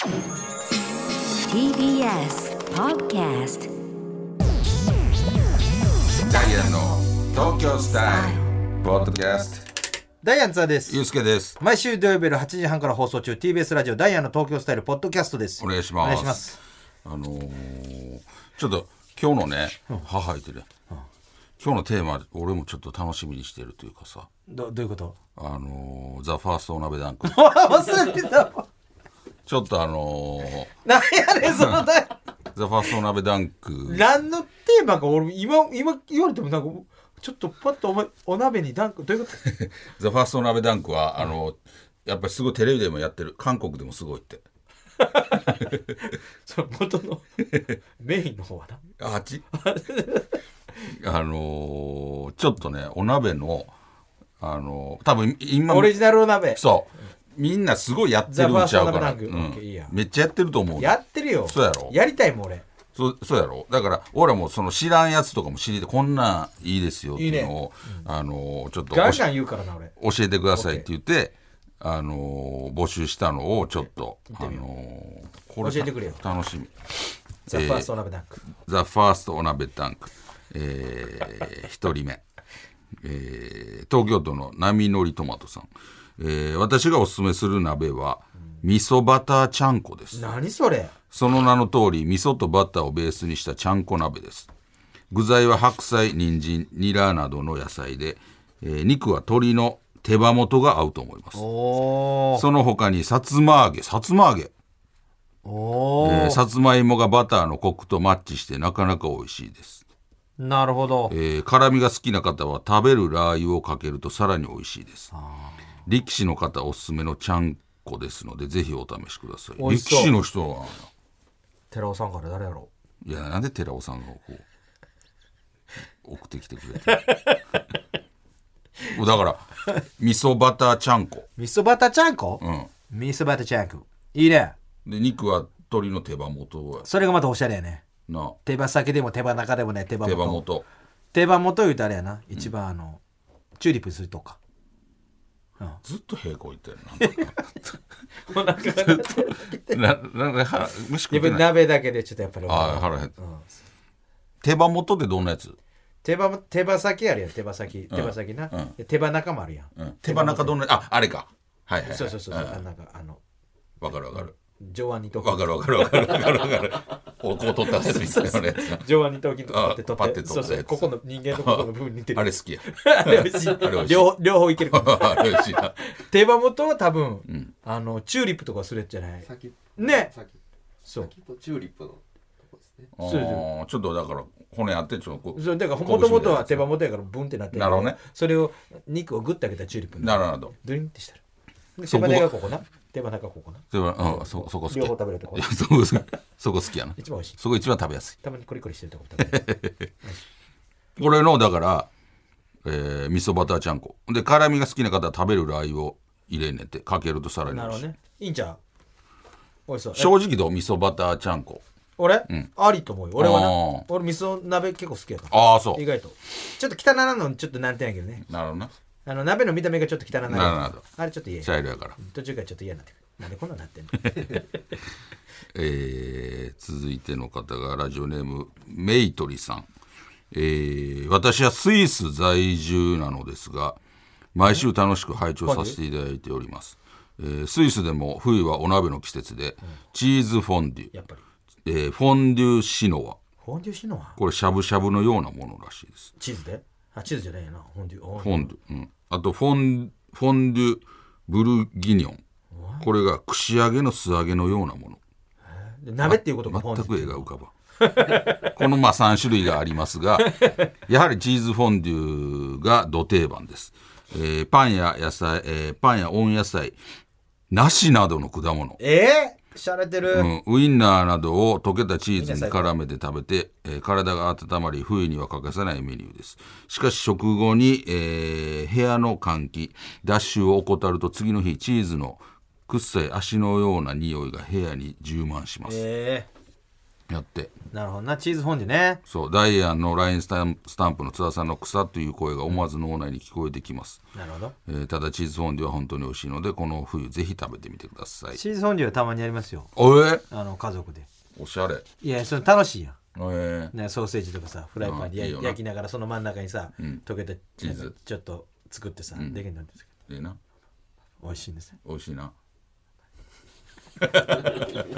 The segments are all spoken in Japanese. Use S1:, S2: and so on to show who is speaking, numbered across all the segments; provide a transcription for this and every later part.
S1: TBS Podcast
S2: ダイアンの東京スタイルポッドキャスト。
S3: ダイアンツァです。
S2: ゆうすけです。
S3: 毎週土曜日夜8時半から放送中 TBS ラジオダイアンの東京スタイルポッドキャストです。
S2: お願いします。
S3: お願いします。
S2: ちょっと今日のね、母言ってる、今日のテーマ俺もちょっと楽しみにしてるというかさ、
S3: どういうこと？
S2: ザ・ファーストお鍋ダンク
S3: 忘れてた。
S2: ちょっと
S3: なんやねんその
S2: ザ・ファーストお鍋ダンク
S3: 何のテーマか俺今言われてもなんかちょっとパッとお鍋にダンクどういうこと？
S2: ザ・ファーストお鍋ダンクはやっぱりすごいテレビでもやってる、韓国でもすごいって
S3: その元のメインの方はな
S2: あっちちょっとねお鍋の多分今
S3: オリジナルお鍋
S2: そうみんなすごいやってるんちゃうかな、めっちゃやってると思う。
S3: やってるよ。
S2: そうやろ。
S3: やりたいもん俺。
S2: そうやろ。だから俺はもうその知らんやつとかも知りてこんなんいいですよっていうのを
S3: いいね、
S2: ちょっと
S3: ガンガン言うからな俺。
S2: 教えてくださいって言って募集したのをちょっと
S3: これ教えてくれよ。
S2: 楽しみ。
S3: ザ・ファーストお鍋ダンク。
S2: ザ・ファーストお鍋ダンク。一人目、東京都の波乗りトマトさん。私がおすすめする鍋は味噌バターちゃんこです。
S3: 何それ？
S2: その名の通り味噌とバターをベースにしたちゃんこ鍋です。具材は白菜、人参、ニラなどの野菜で、肉は鶏の手羽元が合うと思います。その他にさつま揚げさつまいもがバターのコクとマッチしてなかなか美味しいです。
S3: なるほど。
S2: 辛みが好きな方は食べるラー油をかけるとさらに美味しいです。力士の方おすすめのちゃんこですのでぜひお試しください。力士の人は
S3: 寺尾さんから誰やろ
S2: う。いやなんで寺尾さんがこう送ってきてくれてだから味噌バターちゃんこ。
S3: 味噌バターちゃんこ？味噌バターちゃんこいいね。
S2: で肉は鶏の手羽元。
S3: それがまたおしゃれやね。
S2: な
S3: 手羽先でも手羽中でもね手羽元言うとあれやな、一番チューリップするとか、
S2: ずっと平行いってる
S3: もうなんか
S2: 飯食ってない。
S3: 鍋だけでちょっとやっぱり
S2: 腹減った。手羽元ってどんなやつ？
S3: 手羽先あるやん。手羽先な、手羽中もあるやん、
S2: 手羽中どんなあれか。はいはい、
S3: そう、なんか
S2: わかる
S3: 上腕二頭
S2: 筋。わかるこう取ったやつみたいなやつな。
S3: 上腕二頭筋とか
S2: パッて取ったやつ。
S3: ここの人間のここの部分似てる。
S2: あれ好きや。
S3: あれ美味しい。両方いけるから
S2: あれ美味しいな。
S3: 手羽元は多分、チューリップとかするやつじゃないね。そう
S4: とチューリップのとこですね。
S3: そう
S2: ちょっとだから骨あってちょっと
S3: そうだからもともとは手羽元やからブンってなってる。
S2: なるほどね。
S3: それを肉をグッてあげたらチューリップ
S2: なるほど。
S3: ドリンってしたら手羽根がここな。手羽中ここな。
S2: そこ好き。
S3: 両方食べるとこ。
S2: そこ好きやな。
S3: 一番美味しい。
S2: そこ一番食べやすい。
S3: たまにコリコリしてるとこ食べる。
S2: これのだから味噌バターちゃんこで、辛みが好きな方は食べるラー油を入れんねってかけるとさらに美味しい。
S3: なるほどね。いいんちゃう。美味しそう。
S2: 正直どう味噌バターちゃんこ。
S3: 俺、ありと思うよ。俺はな。俺味噌鍋結構好きやから。
S2: ああそう。
S3: 意外とちょっと汚なのちょっと難点やけどね。
S2: なるほどな。
S3: 鍋の見た目がちょっと汚なる。
S2: なるほど。
S3: あれちょっと嫌や。
S2: 茶色やから。
S3: 途中からちょっと嫌になってくる。なんでこんなになってんの。
S2: 続いての方がラジオネームメイトリさん。私はスイス在住なのですが毎週楽しく拝聴させていただいております。スイスでも冬はお鍋の季節で、チーズフォンデュ、
S3: やっぱ
S2: り、フォンデュシノワ、
S3: フォンデュシノワ、
S2: これしゃぶしゃぶのようなものらしいです。
S3: チーズで？チーズじゃないよな。フォンデュ、
S2: あとフォンデュブルギニョン、これが串揚げの素揚げのようなもの。
S3: 鍋っていうことか。
S2: 全く絵が浮かばんこの3種類がありますがやはりチーズフォンデュがど定番です。パンや温野菜、梨などの果物、
S3: しゃれてる、
S2: ウインナーなどを溶けたチーズに絡めて食べて、体が温まり冬には欠かせないメニューです。しかし食後に、部屋の換気脱臭を怠ると次の日チーズの臭い足のような匂いが部屋に充満します。 やって
S3: なるほどな、チーズフォンデュね。
S2: そうダイアンの LINE スタンプの津田さんの草という声が思わず脳内に聞こえてきます。
S3: なるほど。
S2: ただチーズフォンデュは本当に美味しいのでこの冬ぜひ食べてみてください。
S3: チーズフォンデュはたまにやりますよ、家族で。
S2: おしゃれ。
S3: いや、それ楽しいや
S2: ね、
S3: ソーセージとかさフライパンで
S2: いいよな
S3: 焼きながらその真ん中にさ、溶けた
S2: チーズ
S3: ちょっと作ってさ、できるんですけど
S2: いいな、
S3: 美味しいんですよ。
S2: 美味しいな。
S3: めちゃくちゃ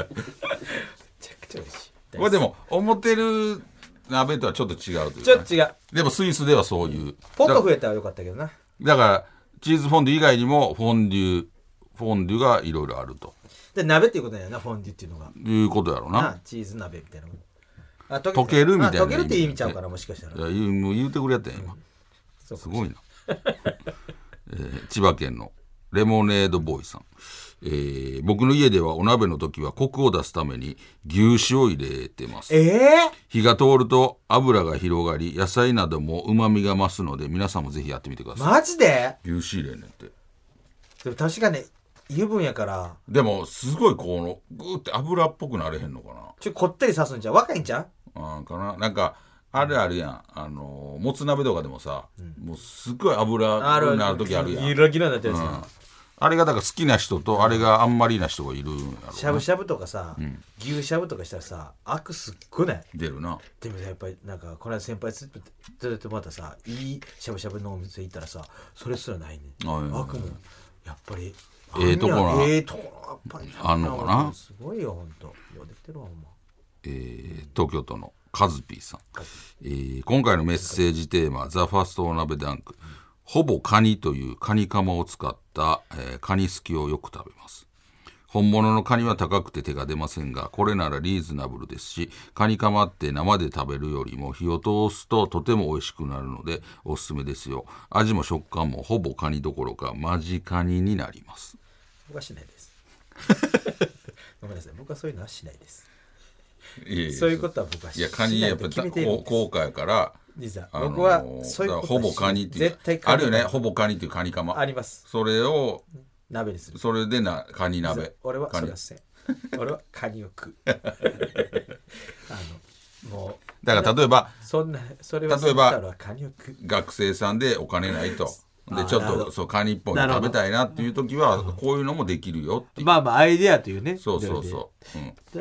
S3: 美味しい。
S2: これでも思ってる鍋とはちょっと違うというか、ね、
S3: ちょっと違う。
S2: でもスイスではそういう
S3: ポット増えたらよかったけどな。
S2: だからチーズフォンデュ以外にもフォンデュがいろいろあると
S3: で鍋っていうことだよな、フォンデュっていうのが。
S2: いうことやろうな。
S3: チーズ鍋みたいな。
S2: 溶けるみたいな
S3: 溶けるって意味ちゃうから、もしかしたら。
S2: いや言うてくれやったんや今、すごいな。千葉県のレモネードボーイさん、僕の家ではお鍋の時はコクを出すために牛脂を入れてます。火が通ると油が広がり野菜なども旨味が増すので皆さんもぜひやってみてください。
S3: マジで？
S2: 牛脂入れんねんって。
S3: でも確かに油分やから。
S2: でもすごいこのグーって油っぽくなれへんのかな。
S3: こってりさすんじゃん。若いんちゃ
S2: うかな。なんかあれあるやん、もつ鍋とかでもさ、もうすごい油になる時あるやん。
S3: ギラギラになってるやつな。
S2: あれがだから好きな人とあれがあんまりな人がいるんやろうな。
S3: しゃぶしゃぶとかさ、牛しゃぶとかしたらさ、アクすっごいない
S2: 出るな。
S3: でもやっぱりなんかこの間先輩ずっとまたさ、いいしゃぶしゃぶのお店行ったらさ、それすらないね。アクもやっぱり
S2: とこな。
S3: やっぱり
S2: あんのかな。
S3: すごいよほんと。ようできてるわほんま。
S2: 東京都のカズピーさん、今回のメッセージテーマザ・ファーストお鍋ダンク、ほぼカニというカニカマを使った、カニすきをよく食べます。本物のカニは高くて手が出ませんがこれならリーズナブルですし、カニカマって生で食べるよりも火を通すととても美味しくなるのでおすすめですよ。味も食感もほぼカニどころかマジカニになります。
S3: 僕はしないですごめんなさい、僕はそういうのはしないです。そういうことは僕はしない。
S2: いやカニやっぱり高価やから
S3: 実は僕はそういうことは
S2: ほぼカニっていう
S3: 絶対カニ
S2: あるよね。ほぼカニっていうカニカマ
S3: あります。
S2: それを
S3: 鍋にする。
S2: それでカニ鍋。
S3: 俺はそれはせん。俺はカニを食うもう
S2: だから例えば
S3: それは
S2: 例えば
S3: カニを食う。
S2: 学生さんでお金ないとでちょっとそうカニ一本食べたいなっていう時はこういうのもできるよっていう。
S3: まあアイデアというね。
S2: そうそうそう、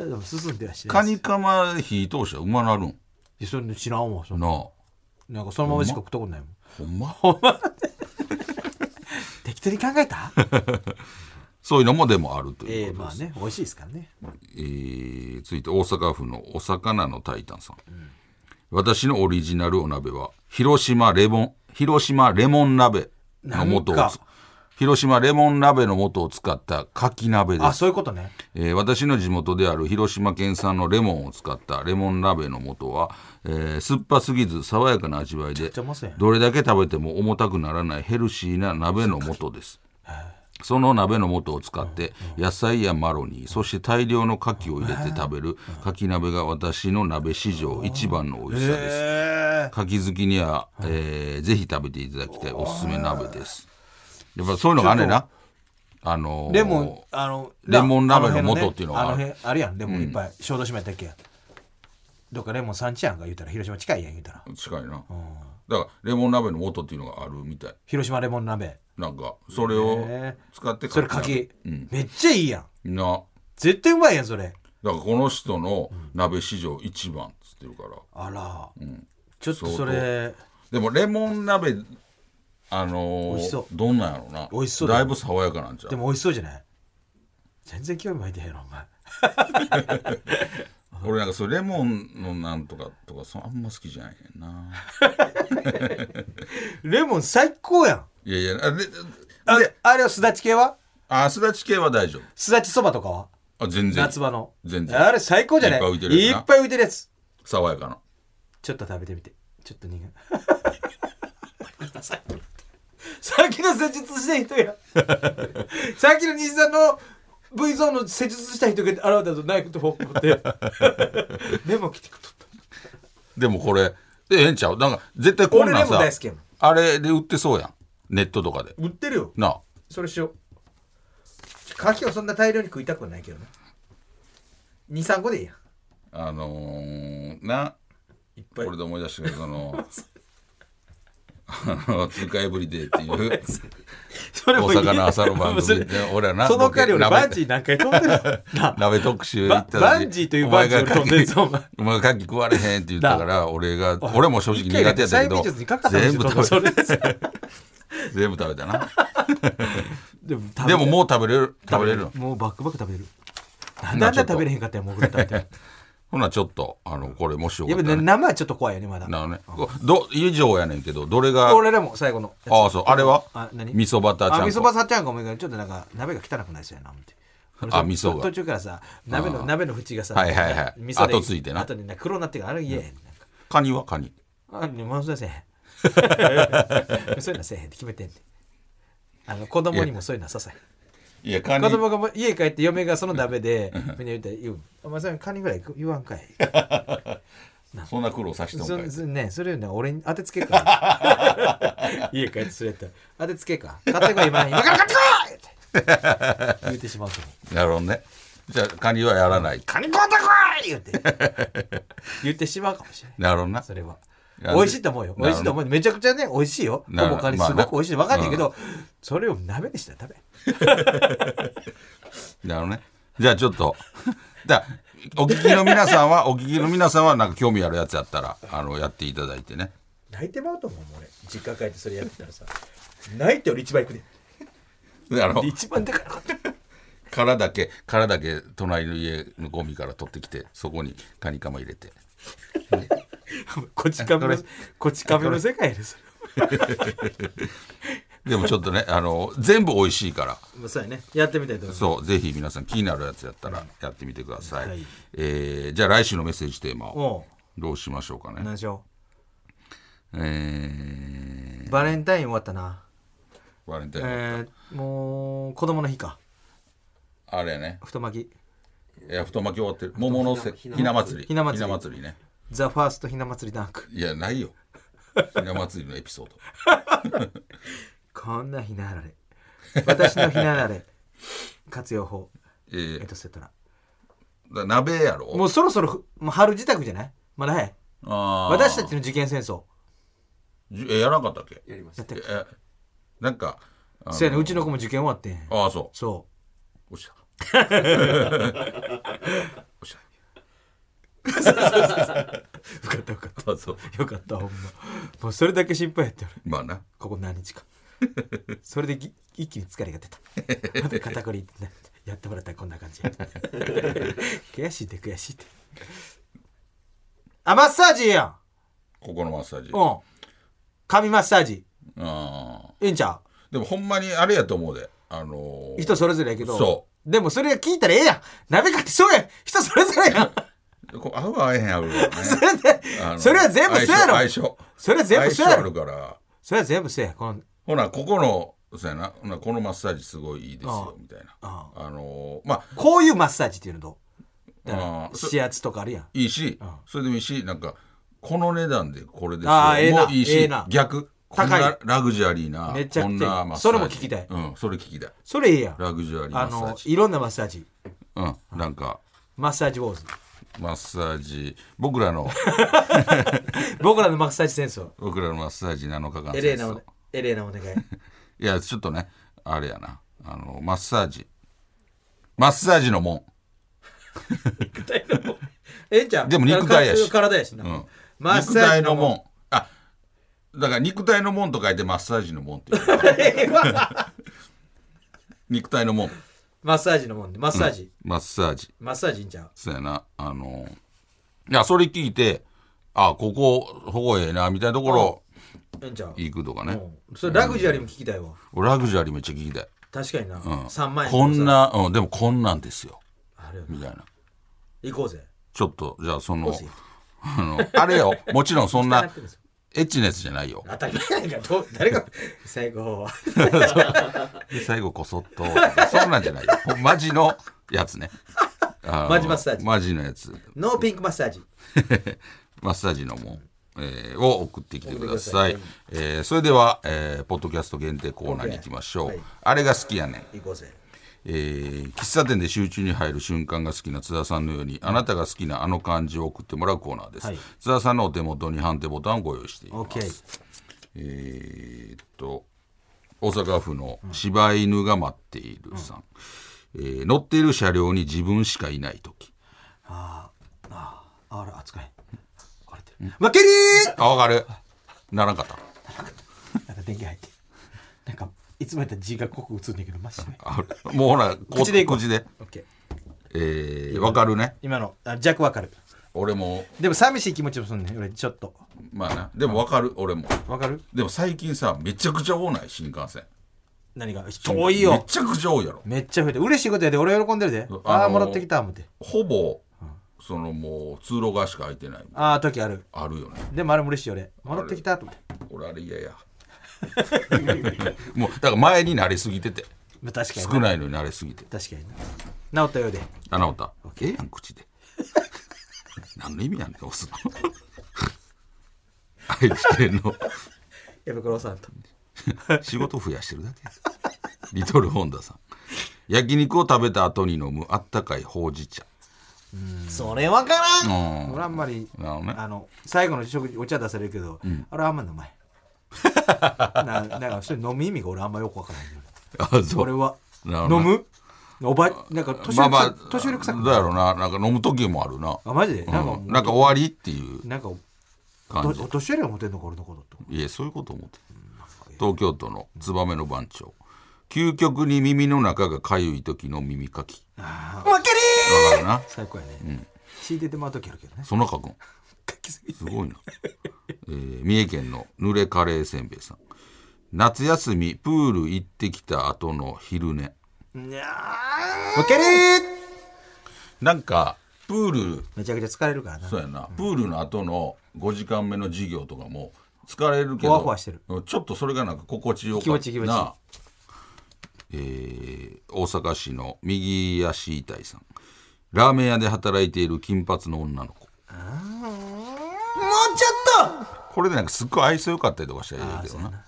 S3: でも進んではしない。
S2: カニカマ火通したらうまなるん。
S3: それ知らんわそん
S2: な。
S3: なんかそのまましか食ったことないもん。
S2: ほんま
S3: 適当に考えた
S2: そういうのもでもあるということです。
S3: まあね、美味しいですからね。
S2: 続いて大阪府のお魚のタイタンさん、私のオリジナルお鍋は広島レモン鍋の素を広島レモン鍋の素を使ったかき鍋です。
S3: あ、そういうことね。
S2: 私の地元である広島県産のレモンを使ったレモン鍋の素は、酸っぱすぎず爽やかな味わいでどれだけ食べても重たくならないヘルシーな鍋の素です。その鍋の素を使って野菜やマロニーそして大量の牡蠣を入れて食べる牡蠣鍋が私の鍋史上一番の美味しさです。牡蠣好きには、ぜひ食べていただきたいおすすめ鍋です。やっぱそういうのがあんねんな。レモン鍋の素っていうのが
S3: あるやん。レモンいっぱい、小豆島やったっけ。どっかレモン産地やんか言うたら広島近いやん言うたら。
S2: 近いな、だからレモン鍋の素っていうのがあるみたい。
S3: 広島レモン鍋
S2: なんかそれを使って
S3: それかき、めっちゃいいやん
S2: な。
S3: 絶対うまいやんそれ。
S2: だからこの人の鍋史上一番っつってるから、
S3: あら、ちょっとそれ
S2: でもレモン鍋美味しそう。どんなんやろうな。
S3: 美味しそう
S2: だいぶ爽やかなんちゃう。
S3: でも美味しそうじゃない。全然興味湧いてへんのお前
S2: 俺なんかそれレモンのなんとかあんま好きじゃないねんな
S3: レモン最高やん。
S2: いやいや
S3: あれはすだち系は
S2: すだち系は大丈夫。
S3: すだちそばとかは
S2: 全然
S3: 夏場の
S2: 全然
S3: あれ最高じゃない。いっぱい浮いてるやつ。
S2: 爽やかな。ち
S3: ょっと食べてみて。ちょっと苦いさっきの施術した人やさっきの西さんの V ゾーンの施術した人が現れたとナイフとフォーク持ってメモ来てくとった。
S2: でもこれええんちゃう。なんか絶対こんなんさあれで売ってそうやん。ネットとかで
S3: 売ってるよ
S2: な。
S3: それしよう。牡蠣をそんな大量に食いたくはないけどね。 2,3 個でいいやん。 いっぱい
S2: これで思い出したけど通貨エブリデイっていう
S3: それも
S2: 大阪の朝の番組で俺らな
S3: その代わり俺バンジー何回飛んでる
S2: 鍋特集行った時
S3: バンジーというバンジー俺飛んでるぞ
S2: お前が牡蠣食われへんって言ったから俺も正直苦手やったけど
S3: 催眠術にかかったんですよそれです
S2: 全部食べたな
S3: で
S2: でももう食べれるの
S3: もうバックバック食べれるなんであんな食べれへんかったよもうぐらい食べてる
S2: ほなちょっとこれもしよか
S3: やっぱ
S2: ったら
S3: 生はちょっと怖いよねまだ
S2: なるね以上やねんけどどれが
S3: 俺らも最後のやつ
S2: そうあれは
S3: 何
S2: 味噌バターちゃんこ
S3: 味噌バターちゃんこもいいけどちょっとなんか鍋が汚くないそうやな思って
S2: 味噌が
S3: 途中からさ鍋の縁がさ
S2: はいはいはい
S3: 味噌で
S2: 後ついてな
S3: 後に黒になってからあれ言えへん
S2: カニはカニ
S3: もうそれせえへんそういうのせえへんって決めてんねん子供にもそういうのさせへん
S2: いやカニ
S3: 子供が家帰って嫁がその鍋でみんな言ったら言うお前それカニぐらい言わんかい
S2: そんな苦労させてもかい
S3: それね俺に当てつけか家帰ってそれやったら当てつけか買ってこい今から買ってこいって言ってしまうと思う
S2: なるほどねじゃあカニはやらない
S3: カニ買ってこい言ってしまうかもしれない
S2: なるほどな
S3: それは美味しいと思うよ美味しいと思うめちゃくちゃね美味しいよほぼカニすごく美味しい分かんないけどそれを鍋にしたら食べ
S2: なるほどねじゃあちょっとお聞きの皆さんはなんか興味あるやつやったらやっていただいてね
S3: 泣いてまうと思う俺実家帰ってそれやってたらさ泣いて俺一番行くで一番でかいのかった
S2: 殻だけ隣の家のゴミから取ってきてそこにカニカマ入れて
S3: こち亀の世界です
S2: でもちょっとね全部美味しいから
S3: そうやねやってみたいと思います
S2: そうぜひ皆さん気になるやつやったらやってみてください、
S3: はい、
S2: じゃあ来週のメッセージテーマをどうしましょうかね
S3: 何でしょ
S2: う
S3: バレンタイン終わったな
S2: バレンタイン
S3: もう子供の日か
S2: あれやね
S3: 太巻き
S2: いや太巻き終わってる桃のひな祭りね
S3: ザ・ファーストひな祭りダンク
S2: いやないよひな祭りのエピソード
S3: こんなひなあられ私のひなあられ活用法セトラ
S2: 鍋やろ
S3: もうそろそろもう春支度じゃないまだ早い私たちの受験戦争
S2: やらなかったっけ
S4: やりました
S2: なんか
S3: そうやねうちの子も受験終わってん
S2: そうおっしゃおっしゃ
S3: よかったそうよかったほんまもうそれだけ心配やった俺
S2: まあな
S3: ここ何日かそれで一気に疲れが出たまた肩こりってなってやってもらったらこんな感じ悔しいってマッサージやん
S2: ここのマッサージ
S3: 髪マッサージいいんちゃ
S2: うでもほんまにあれやと思うで
S3: 人それぞれやけど
S2: そう
S3: でもそれ聞いたらええやん鍋かってそうやん人それぞれやん
S2: 合う合えへんあるからね
S3: それは全部そうやろ
S2: 相性
S3: それは全部そうやろ
S2: あるから
S3: それは全部そうやほ
S2: なここのそうやなこのマッサージすごいいいですよみたいなまあ
S3: こういうマッサージっていうのどう指圧とかあるやん
S2: いいしそれでもいいしなんかこの値段でこれです
S3: よ
S2: もいいし逆こんなラグジュアリーな
S3: めちゃくちゃいい
S2: そ
S3: れも聞きたい
S2: それ聞きたい
S3: それいいやん
S2: ラグジュアリーマッサージ
S3: いろんなマッサージ
S2: なんか
S3: マッサージウォーズ
S2: マッサージ僕らの
S3: マッサージ戦争
S2: 僕らのマッサージ7日間
S3: エレーナお願い
S2: いやちょっとねあれやなマッサージのもん
S3: 肉体のもんええんちゃん
S2: でも肉体やし
S3: 体やしな、
S2: マッサージのもんだから肉体のもんと書いてマッサージのもんっていう肉体のもん
S3: マッサージのもんでマッサージ、
S2: マッサージ
S3: いいんちゃう
S2: そうやないやそれ聞いてここええなみたいなところ行くとかね
S3: それラグジュアリーも聞きたいわ
S2: ラグジュアリーめっちゃ聞きたい
S3: 確かにな、3万円
S2: こんなでもこんなんですよ
S3: あれ
S2: みたいな
S3: 行こうぜ
S2: ちょっとじゃああれよもちろんそんなエッチなやつじゃないよ
S3: 当たり前やんか誰が最後
S2: 最後こそっとそんなんじゃないよマジのやつね
S3: マジマッサージ
S2: マジのやつ
S3: ノーピンクマッサージ
S2: マッサージのもんを送ってきてください。それでは、ポッドキャスト限定コーナーに行きましょう。あれが好きやねん。
S3: 行こうぜ。
S2: 喫茶店で集中に入る瞬間が好きな津田さんのように、あなたが好きなあの漢字を送ってもらうコーナーです、
S3: はい、
S2: 津田さんのお手元に判定ボタンをご用意しています。
S3: OK。
S2: 大阪府の柴犬が待っているさん、乗っている車両に自分しかいないとき。
S3: あら扱いこれって負けりー。
S2: あ、分かる。ならんかった。
S3: なんか電気入ってなんかいつもやったら字が濃く映んねんけどマジで
S2: もうほら
S3: 口でいこう。
S2: 口で。
S3: オッケー。
S2: 分かるね。
S3: 今の弱分かる。
S2: 俺も
S3: でも寂しい気持ちもすんねん俺ちょっと。
S2: まあな、でも分かる。俺も
S3: 分かる。
S2: でも最近さめちゃくちゃ多ない新幹線。
S3: 何が多いよ。
S2: めちゃくちゃ多いやろ。
S3: めっちゃ増えて嬉しいことやで。俺喜んでるで。ああもらってきた思って。
S2: ほぼ、そのもう通路側しか空いてない。
S3: ああ時ある。
S2: あるよね。
S3: でもあれも嬉しい俺。もらってきたと思って。
S2: 俺あれ嫌やもうだから前に慣れすぎてて。
S3: 確かに
S2: 少ないのに慣れすぎて。
S3: 確かにな。治ったようで。
S2: あ、治った。ええやん口で何の意味やねん押すの愛知県の
S3: やぶころさんと
S2: 仕事増やしてるだけ。リトルホンダさん、焼肉を食べた後に飲むあったかいほうじ茶。
S3: それわからん。
S2: うん
S3: 俺あんまり、
S2: なるほどね。
S3: 最後の食事お茶出されるけど、あれあんま飲まへんなんかそれ飲む意味が俺あんまよくわからんよ。
S2: あ、そう。
S3: 俺は
S2: なるほどね
S3: 飲むなんか年寄り
S2: まあまあ
S3: 年寄り臭く
S2: どうやろうな。なんか飲む時もあるな。
S3: あマジでなんかもう
S2: なんか終わりっていう
S3: なんか
S2: 感じ
S3: お。年寄りは思ってんのか俺のことと。
S2: いやそういうこと思ってる。東京都の燕の番長、究極に耳の中がかゆい時の耳かき。
S3: 負けり
S2: わかるな。
S3: 最高やね。敷いててもらう時あるけどね。
S2: そんな書くん
S3: 書きすぎ
S2: すごいな。三重県の濡れカレーせんべいさん、夏休みプール行ってきた後の昼寝。
S3: にゃー負けり
S2: なんかプール、
S3: めちゃくちゃ疲れるからな。
S2: そうやな、プールの後の5時間目の授業とかも疲れるけど
S3: ふわふわしてる。
S2: ちょっとそれがなんか心地よかった
S3: 気持ちいい気持ちいい
S2: な。大阪市の右足痛いさん、ラーメン屋で働いている金髪の女の子。
S3: もうちょっと
S2: これでなんかすっごい愛想良かったりとかしたらいいけどな。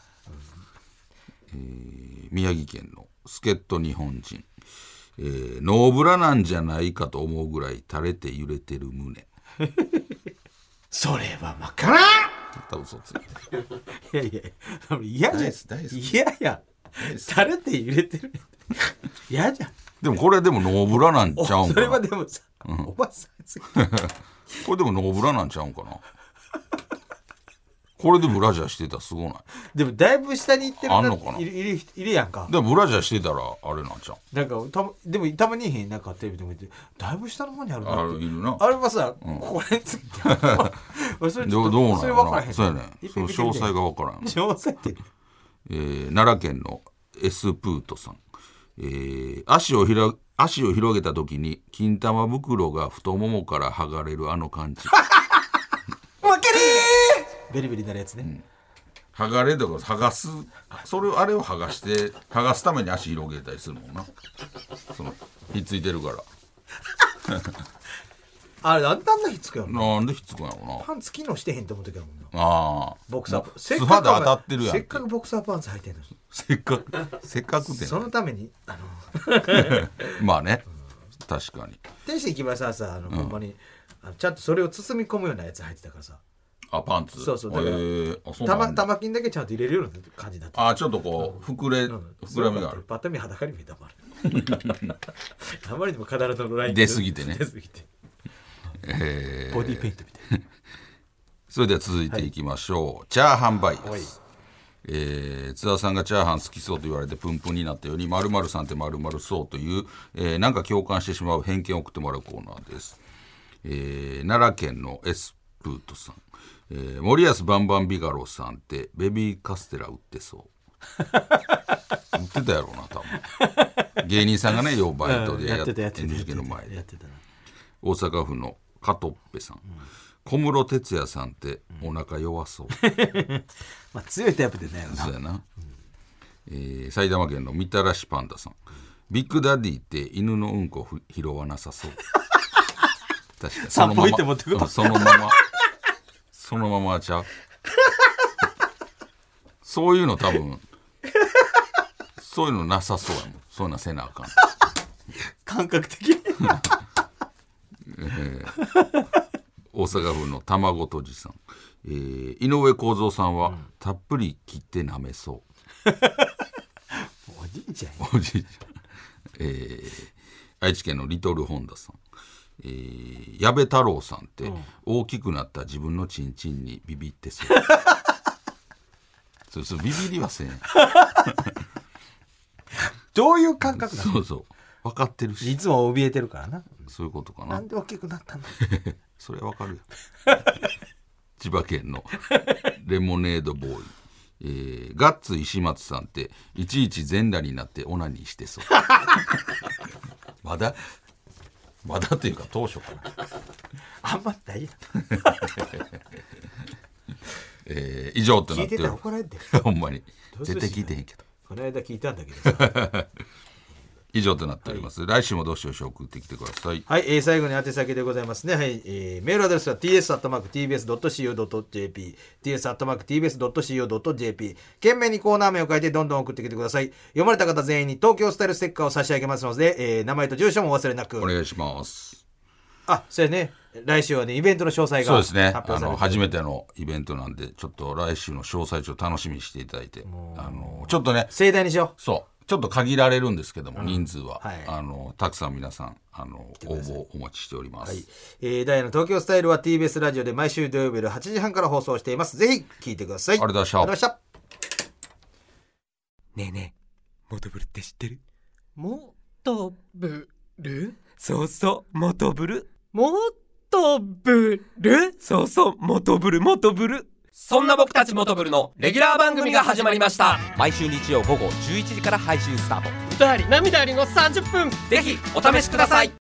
S2: 宮城県の助っ人日本人、ノーブラなんじゃないかと思うぐらい垂れて揺れてる胸。
S3: それはわからん。
S2: 多分嘘ついて
S3: いやいや嫌じゃん。
S2: 大好き
S3: 嫌や垂れて揺れてる嫌じゃん。
S2: でもこれでもノーブラなんちゃうん
S3: それ
S2: かな。
S3: はでもさ、おばさんすぎ
S2: これでもノーブラなんちゃうんかな。これでブラジャーしてたらすごない。
S3: でもだいぶ下に行ってる
S2: あんのかない
S3: るやんか。
S2: でもブラジャーしてたらあれなんちゃ
S3: なんかでもたまにへんなんかテレビでも言ってだいぶ下の方にある
S2: う。あ
S3: なって。
S2: れいるな。
S3: あれはさ、これについて俺それちょっと
S2: どうなん
S3: それ
S2: やろな。
S3: 分からへん。
S2: そうやね。
S3: 一
S2: その
S3: 遍見てみて
S2: 詳細が分からん。
S3: 詳細って
S2: 奈良県のエスプートさん、足を広げた時に金玉袋が太ももから剥がれるあの感じ。
S3: 負けりーベリベリになるやつね。
S2: 剥がれとか剥がす、あれを剥がすために足広げたりするもんな。そのひっついてるから。
S3: あれなんであんなひっつくやろな。
S2: なんでひっつくんやろうな。
S3: パンツ機能してへんって思ったけどもんな。
S2: ああ、
S3: ボクサー
S2: 素肌当たってるやん。
S3: せっかくボクサーパンツ履いてんのに
S2: せっかくって
S3: そのために
S2: まあね、確かに。
S3: 天使木村さんさほんまにちゃんとそれを包み込むようなやつ履いてたからさ。
S2: あ、パンツ。
S3: そうそうだから
S2: あ、そうなんだ。
S3: 玉金だけちゃんと入れるような感じだった。
S2: あ、ちょっとこう膨らみがある。
S3: パッと見裸に見えたもんあまりにも体のライン
S2: 出過ぎてね
S3: 出過ぎてボディーペイントみたいな。
S2: それでは続いていきましょう。チャーハンバイアス。津田さんがチャーハン好きそうと言われてプンプンになったように〇〇さんって〇〇そうという、なんか共感してしまう偏見を送ってもらうコーナーです。奈良県のエスプートさん、森保バンバンビガロさんってベビーカステラ売ってそう売ってたやろうな多分。芸人さんがねようバイトでやってた NGK の前で
S3: やってたな。
S2: 大阪府の加トッペさん、小室哲哉さんってお腹弱そう。
S3: まあ強いタイプでね
S2: そうやな。埼玉県のみたらしパンダさん、ビッグダディって犬のうんこ拾わなさそう。確かに
S3: 散歩行って持ってくる
S2: そのままちゃう。そういうの多分そういうのなさそうやもん。そういうのせなあかん。
S3: 感覚的
S2: 大阪府の卵とじさん、井上公造さんは、たっぷり切って舐めそう
S3: おじいちゃんや
S2: おじいちゃん、愛知県のリトルホンダさん、矢部太郎さんって、大きくなった自分のチンチンにビビってそうそうビビりはせん
S3: どういう感覚なの？
S2: そうそう分かってるし
S3: いつも怯えてるからな。
S2: そういうことか
S3: な
S2: なん
S3: で大きくなったの？
S2: それは分かるよ千葉県のレモネードボーイ、ガッツ石松さんっていちいち全裸になってオナニーしてそうまだというか当初かな
S3: あんまないや
S2: 以上とな
S3: 聞いたら
S2: ってておる
S3: 怒られて
S2: ほんまに
S3: どうする
S2: 絶対聞いてへんけど
S3: この間聞いたんだけどさ
S2: 以上となっております、来週もどしどし送ってきてください。
S3: はい、最後に宛先でございますね。はい、メールアドレスは ts@tbs.co.jp ts@tbs.co.jp 懸命にコーナー名を書いてどんどん送ってきてください。読まれた方全員に東京スタイルステッカーを差し上げますので、名前と住所もお忘れなく。
S2: お願いします。
S3: あ、そうやね。来週はねイベントの詳細が
S2: そうですね、
S3: 発表されて
S2: 初めてのイベントなんでちょっと来週の詳細ちょっと楽しみにしていただいて、ちょっとね
S3: 盛大にしよう。
S2: そうちょっと限られるんですけども、人数は、
S3: はい
S2: たくさん皆さん応募お待ちしております、
S3: ダイヤの東京スタイルは TBS ラジオで毎週土曜日夜8時半から放送しています。ぜひ聞いてください。
S2: ありがとうございました。
S5: ねえねえ、モトブルって知ってる？
S6: モトブル？
S5: そうそうモトブル。
S6: モトブル？
S5: そうそうモトブルモトブル。そんな僕たちモトブルのレギュラー番組が始まりました。毎週日曜午後11時から配信スタート。
S6: 歌あり涙ありの30分。
S5: ぜひお試しください。